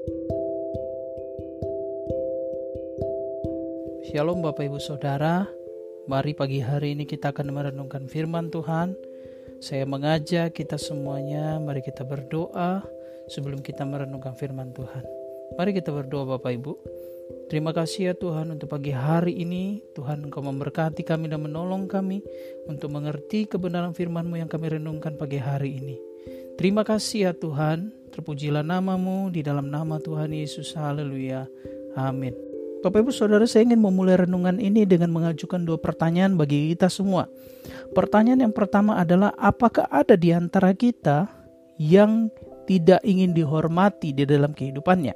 Shalom Bapak Ibu Saudara, mari pagi hari ini kita akan merenungkan firman Tuhan. Saya mengajak kita semuanya, mari kita berdoa sebelum kita merenungkan firman Tuhan. Mari kita berdoa Bapak Ibu. Terima kasih ya Tuhan untuk pagi hari ini. Tuhan Engkau memberkati kami dan menolong kami untuk mengerti kebenaran firman-Mu yang kami renungkan pagi hari ini. Terima kasih ya Tuhan, terpujilah nama-Mu di dalam nama Tuhan Yesus, haleluya, amin. Bapak Ibu Saudara, saya ingin memulai renungan ini dengan mengajukan 2 pertanyaan bagi kita semua. Pertanyaan yang pertama adalah, apakah ada di antara kita yang tidak ingin dihormati di dalam kehidupannya?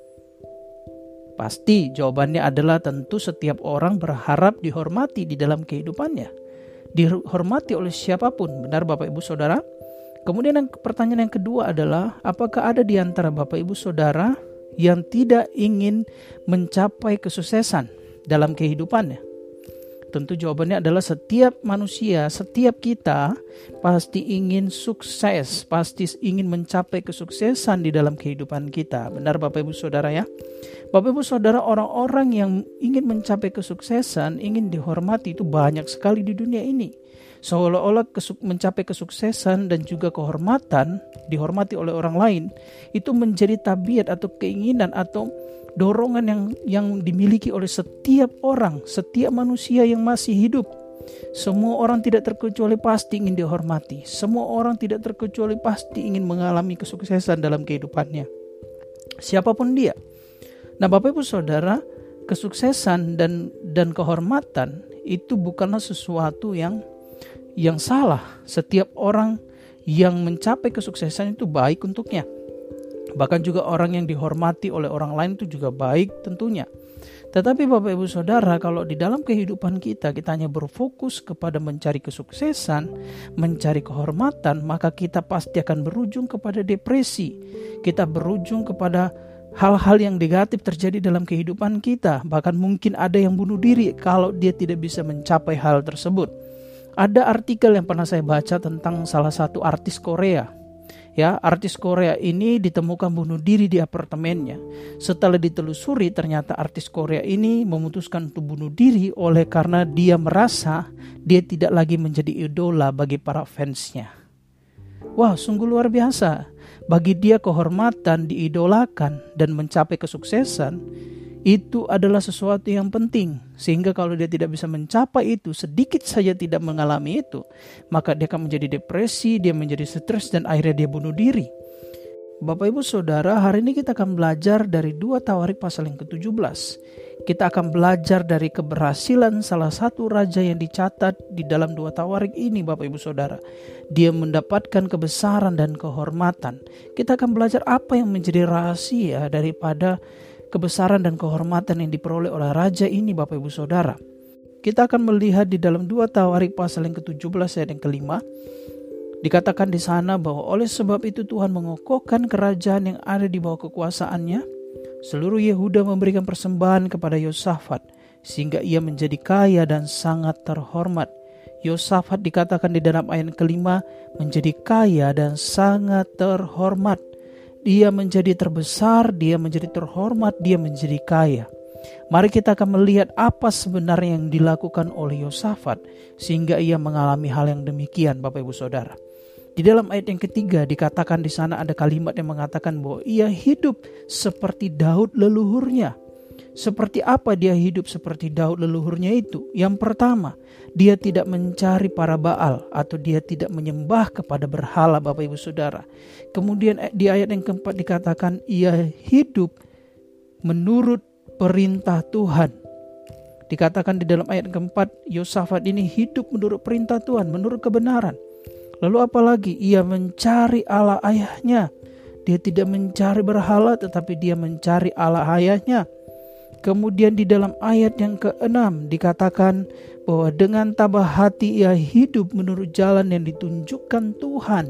Pasti jawabannya adalah tentu setiap orang berharap dihormati di dalam kehidupannya. Dihormati oleh siapapun, benar Bapak Ibu Saudara? Kemudian pertanyaan yang kedua adalah, apakah ada di antara Bapak Ibu Saudara yang tidak ingin mencapai kesuksesan dalam kehidupannya? Tentu jawabannya adalah setiap manusia, setiap kita pasti ingin sukses, pasti ingin mencapai kesuksesan di dalam kehidupan kita. Benar Bapak Ibu Saudara ya? Bapak Ibu Saudara, orang-orang yang ingin mencapai kesuksesan, ingin dihormati itu banyak sekali di dunia ini. Seolah-olah mencapai kesuksesan dan juga kehormatan, dihormati oleh orang lain, itu menjadi tabiat atau keinginan atau dorongan yang dimiliki oleh setiap orang, setiap manusia yang masih hidup. Semua orang tidak terkecuali pasti ingin dihormati. Semua orang tidak terkecuali pasti ingin mengalami kesuksesan dalam kehidupannya, siapapun dia. Nah Bapak Ibu Saudara, kesuksesan dan kehormatan itu bukanlah sesuatu yang salah. Setiap orang yang mencapai kesuksesan itu baik untuknya. Bahkan juga orang yang dihormati oleh orang lain itu juga baik tentunya. Tetapi Bapak Ibu Saudara, kalau di dalam kehidupan kita hanya berfokus kepada mencari kesuksesan, mencari kehormatan, maka kita pasti akan berujung kepada depresi. Kita berujung kepada hal-hal yang negatif terjadi dalam kehidupan kita. Bahkan mungkin ada yang bunuh diri kalau dia tidak bisa mencapai hal tersebut. Ada artikel yang pernah saya baca tentang salah satu artis Korea. Ya, artis Korea ini ditemukan bunuh diri di apartemennya. Setelah ditelusuri, ternyata artis Korea ini memutuskan untuk bunuh diri karena dia merasa dia tidak lagi menjadi idola bagi para fansnya. Wah, sungguh luar biasa. Bagi dia kehormatan, diidolakan, dan mencapai kesuksesan itu adalah sesuatu yang penting. Sehingga kalau dia tidak bisa mencapai itu, sedikit saja tidak mengalami itu, maka dia akan menjadi depresi, dia menjadi stres, dan akhirnya dia bunuh diri. Bapak Ibu Saudara, hari ini kita akan belajar dari 2 Tawarik pasal yang ke-17. Kita akan belajar dari keberhasilan salah satu raja yang dicatat di dalam 2 Tawarik ini Bapak Ibu Saudara. Dia mendapatkan kebesaran dan kehormatan. Kita akan belajar apa yang menjadi rahasia daripada kebesaran dan kehormatan yang diperoleh oleh raja ini Bapak Ibu Saudara. Kita akan melihat di dalam 2 Tawarik pasal yang ke-17 ayat yang ke-5. Dikatakan di sana bahwa oleh sebab itu Tuhan mengokohkan kerajaan yang ada di bawah kekuasaannya. Seluruh Yehuda memberikan persembahan kepada Yosafat sehingga ia menjadi kaya dan sangat terhormat. Yosafat dikatakan di dalam ayat ke-5 menjadi kaya dan sangat terhormat. Dia menjadi terbesar, dia menjadi terhormat, dia menjadi kaya. Mari kita akan melihat apa sebenarnya yang dilakukan oleh Yosafat sehingga ia mengalami hal yang demikian Bapak Ibu Saudara. Di dalam ayat yang ketiga dikatakan di sana ada kalimat yang mengatakan bahwa ia hidup seperti Daud leluhurnya. Seperti apa dia hidup seperti Daud leluhurnya itu? Yang pertama, dia tidak mencari para Baal atau dia tidak menyembah kepada berhala Bapak Ibu Saudara. Kemudian di ayat yang keempat dikatakan ia hidup menurut perintah Tuhan. Dikatakan di dalam ayat keempat, Yosafat ini hidup menurut perintah Tuhan, menurut kebenaran. Lalu apalagi? Ia mencari Allah ayahnya. Dia tidak mencari berhala tetapi dia mencari Allah ayahnya. Kemudian di dalam ayat yang ke-6 dikatakan bahwa dengan tabah hati ia hidup menurut jalan yang ditunjukkan Tuhan.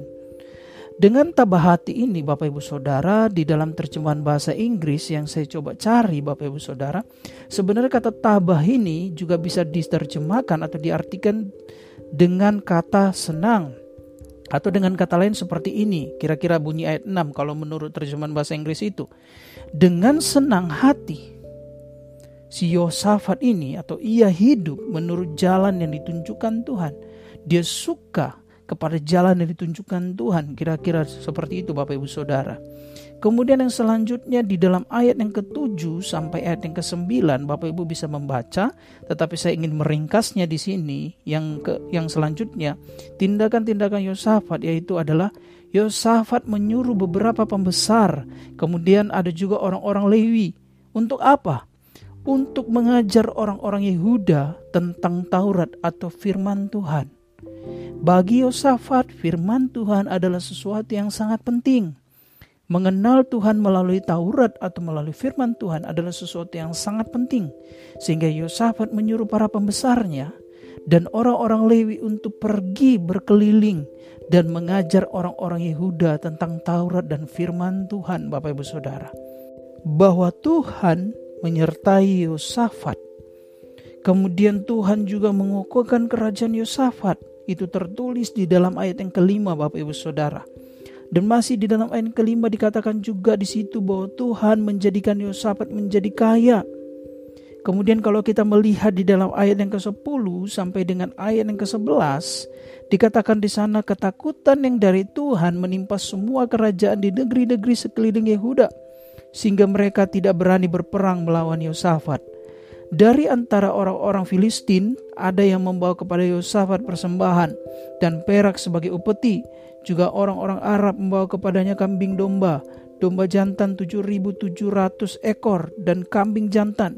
Dengan tabah hati ini Bapak Ibu Saudara, di dalam terjemahan bahasa Inggris yang saya coba cari Bapak Ibu Saudara, sebenarnya kata tabah ini juga bisa diterjemahkan atau diartikan dengan kata senang. Atau dengan kata lain seperti ini, kira-kira bunyi ayat 6 kalau menurut terjemahan bahasa Inggris itu. Dengan senang hati, si Yosafat ini atau ia hidup menurut jalan yang ditunjukkan Tuhan. Dia suka kepada jalan yang ditunjukkan Tuhan. Kira-kira seperti itu Bapak Ibu Saudara. Kemudian yang selanjutnya di dalam ayat yang ke-7 sampai ayat yang ke-9 Bapak Ibu bisa membaca, tetapi saya ingin meringkasnya di sini. Yang selanjutnya, tindakan-tindakan Yosafat yaitu adalah Yosafat menyuruh beberapa pembesar, kemudian ada juga orang-orang Lewi. Untuk apa? Untuk mengajar orang-orang Yehuda tentang Taurat atau firman Tuhan. Bagi Yosafat, firman Tuhan adalah sesuatu yang sangat penting. Mengenal Tuhan melalui Taurat atau melalui firman Tuhan adalah sesuatu yang sangat penting. Sehingga Yosafat menyuruh para pembesarnya dan orang-orang Lewi untuk pergi berkeliling dan mengajar orang-orang Yehuda tentang Taurat dan firman Tuhan, Bapak Ibu Saudara. Bahwa Tuhan menyertai Yosafat. Kemudian Tuhan juga mengukuhkan kerajaan Yosafat. Itu tertulis di dalam ayat yang kelima Bapak Ibu Saudara. Dan masih di dalam ayat kelima dikatakan juga di situ bahwa Tuhan menjadikan Yosafat menjadi kaya. Kemudian kalau kita melihat di dalam ayat yang ke-10 sampai dengan ayat yang ke-11, dikatakan di sana ketakutan yang dari Tuhan menimpa semua kerajaan di negeri-negeri sekeliling Yehuda, sehingga mereka tidak berani berperang melawan Yosafat. Dari antara orang-orang Filistin ada yang membawa kepada Yosafat persembahan dan perak sebagai upeti. Juga orang-orang Arab membawa kepadanya kambing domba jantan 7.700 ekor dan kambing jantan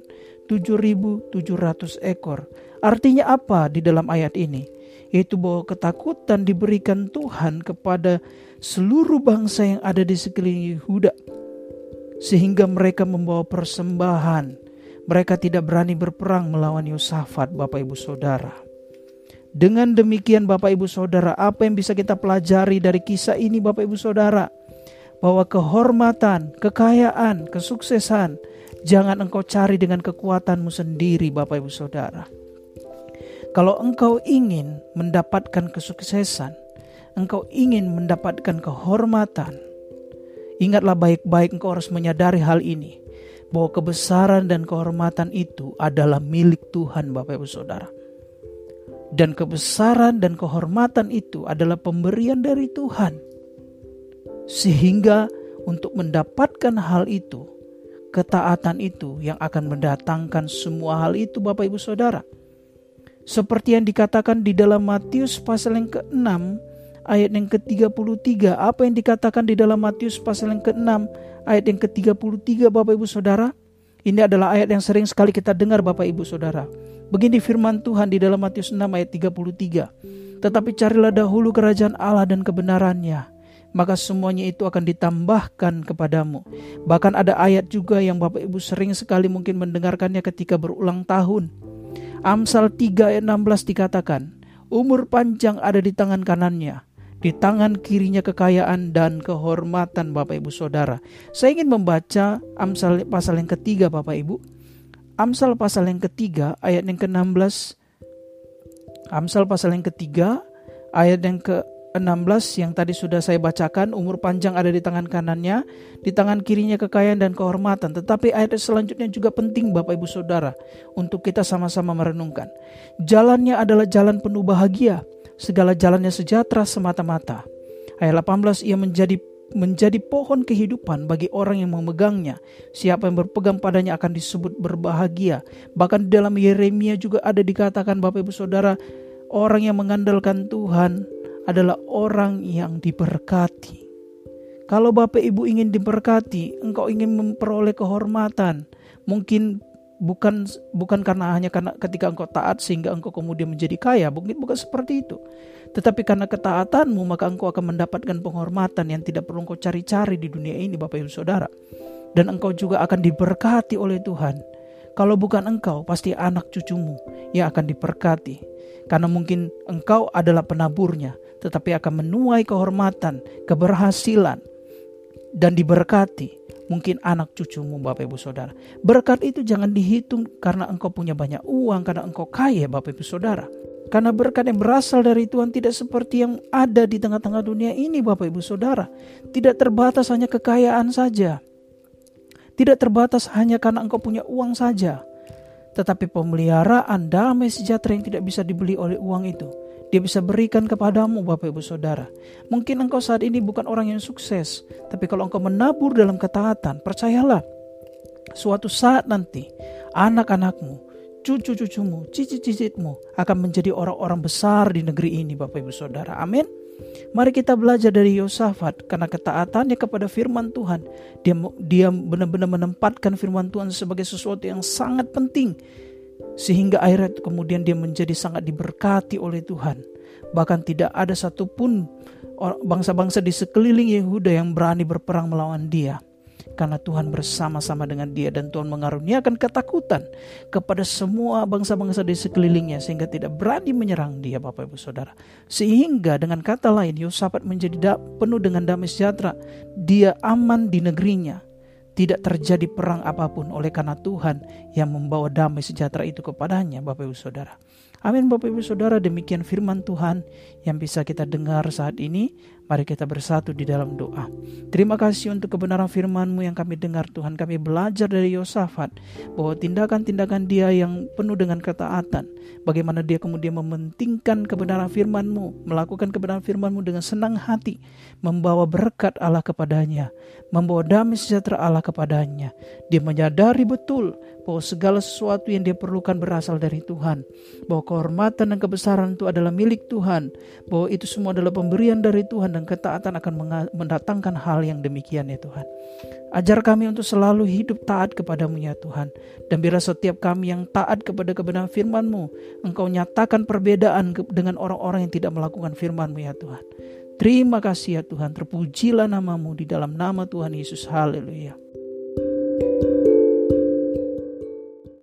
7.700 ekor. Artinya apa di dalam ayat ini? Yaitu bahwa ketakutan diberikan Tuhan kepada seluruh bangsa yang ada di sekeliling Yehuda, sehingga mereka membawa persembahan. Mereka tidak berani berperang melawan Yosafat, Bapak Ibu Saudara. Dengan demikian Bapak Ibu Saudara, apa yang bisa kita pelajari dari kisah ini Bapak Ibu Saudara? Bahwa kehormatan, kekayaan, kesuksesan jangan engkau cari dengan kekuatanmu sendiri Bapak Ibu Saudara. Kalau engkau ingin mendapatkan kesuksesan, engkau ingin mendapatkan kehormatan, ingatlah baik-baik, engkau harus menyadari hal ini. Bahwa kebesaran dan kehormatan itu adalah milik Tuhan Bapak Ibu Saudara. Dan kebesaran dan kehormatan itu adalah pemberian dari Tuhan. Sehingga untuk mendapatkan hal itu, ketaatan itu yang akan mendatangkan semua hal itu Bapak Ibu Saudara. Seperti yang dikatakan di dalam Matius pasal yang ke-6 ayat yang ke-33. Apa yang dikatakan di dalam Matius pasal yang ke-6 ayat yang ke-33 Bapak Ibu Saudara? Ini adalah ayat yang sering sekali kita dengar Bapak Ibu Saudara. Begini firman Tuhan di dalam Matius 6 ayat 33. Tetapi carilah dahulu kerajaan Allah dan kebenarannya, maka semuanya itu akan ditambahkan kepadamu. Bahkan ada ayat juga yang Bapak Ibu sering sekali mungkin mendengarkannya ketika berulang tahun. Amsal 3 ayat 16 dikatakan, umur panjang ada di tangan kanannya, di tangan kirinya kekayaan dan kehormatan Bapak Ibu Saudara. Saya ingin membaca Amsal pasal yang ketiga Bapak Ibu. Amsal pasal yang ketiga ayat yang ke-16. Amsal pasal yang ketiga ayat yang ke-16 yang tadi sudah saya bacakan, umur panjang ada di tangan kanannya, di tangan kirinya kekayaan dan kehormatan. Tetapi ayat selanjutnya juga penting Bapak Ibu Saudara untuk kita sama-sama merenungkan. Jalannya adalah jalan penuh bahagia, segala jalannya sejahtera semata-mata. Ayat 18, ia menjadi pohon kehidupan bagi orang yang memegangnya. Siapa yang berpegang padanya akan disebut berbahagia. Bahkan di dalam Yeremia juga ada dikatakan Bapak Ibu Saudara, orang yang mengandalkan Tuhan adalah orang yang diberkati. Kalau Bapak Ibu ingin diberkati, engkau ingin memperoleh kehormatan, mungkin bukan karena ketika engkau taat sehingga engkau kemudian menjadi kaya, bukan seperti itu. Tetapi karena ketaatanmu maka engkau akan mendapatkan penghormatan yang tidak perlu engkau cari-cari di dunia ini Bapak Ibu Saudara. Dan engkau juga akan diberkati oleh Tuhan. Kalau bukan engkau, pasti anak cucumu yang akan diberkati. Karena mungkin engkau adalah penaburnya, tetapi akan menuai kehormatan, keberhasilan, dan diberkati. Mungkin anak cucumu Bapak Ibu Saudara. Berkat itu jangan dihitung karena engkau punya banyak uang, karena engkau kaya Bapak Ibu Saudara. Karena berkat yang berasal dari Tuhan tidak seperti yang ada di tengah-tengah dunia ini, Bapak Ibu Saudara. Tidak terbatas hanya kekayaan saja. Tidak terbatas hanya karena engkau punya uang saja. Tetapi pemeliharaan damai sejahtera yang tidak bisa dibeli oleh uang itu, Dia bisa berikan kepadamu, Bapak Ibu Saudara. Mungkin engkau saat ini bukan orang yang sukses, tapi kalau engkau menabur dalam ketaatan, percayalah, suatu saat nanti anak-anakmu, cucu-cucumu, cicit-cicitmu akan menjadi orang-orang besar di negeri ini, Bapak Ibu Saudara. Amin. Mari kita belajar dari Yosafat, karena ketaatannya kepada firman Tuhan, dia benar-benar menempatkan firman Tuhan sebagai sesuatu yang sangat penting, sehingga akhirnya kemudian dia menjadi sangat diberkati oleh Tuhan. Bahkan tidak ada satupun bangsa-bangsa di sekeliling Yehuda yang berani berperang melawan dia, karena Tuhan bersama-sama dengan dia, dan Tuhan mengaruniakan ketakutan kepada semua bangsa-bangsa di sekelilingnya, sehingga tidak berani menyerang dia, Bapak Ibu Saudara. Sehingga dengan kata lain, Yosafat menjadi penuh dengan damai sejahtera. Dia aman di negerinya. Tidak terjadi perang apapun oleh karena Tuhan yang membawa damai sejahtera itu kepadanya, Bapak Ibu Saudara. Amin, Bapak Ibu Saudara, demikian firman Tuhan yang bisa kita dengar saat ini. Mari kita bersatu di dalam doa. Terima kasih untuk kebenaran firman-Mu yang kami dengar, Tuhan. Kami belajar dari Yosafat bahwa tindakan-tindakan dia yang penuh dengan ketaatan, bagaimana dia kemudian mementingkan kebenaran firman-Mu, melakukan kebenaran firman-Mu dengan senang hati, membawa berkat Allah kepadanya, membawa damai sejahtera Allah kepadanya. Dia menyadari betul bahwa segala sesuatu yang dia perlukan berasal dari Tuhan, bahwa kehormatan dan kebesaran itu adalah milik Tuhan, bahwa itu semua adalah pemberian dari Tuhan, dan ketaatan akan mendatangkan hal yang demikian, ya Tuhan. Ajar kami untuk selalu hidup taat kepadamu, ya Tuhan. Dan biarlah setiap kami yang taat kepada kebenaran firman-Mu, Engkau nyatakan perbedaan dengan orang-orang yang tidak melakukan firman-Mu, ya Tuhan. Terima kasih, ya Tuhan. Terpujilah nama-Mu di dalam nama Tuhan Yesus. Haleluya.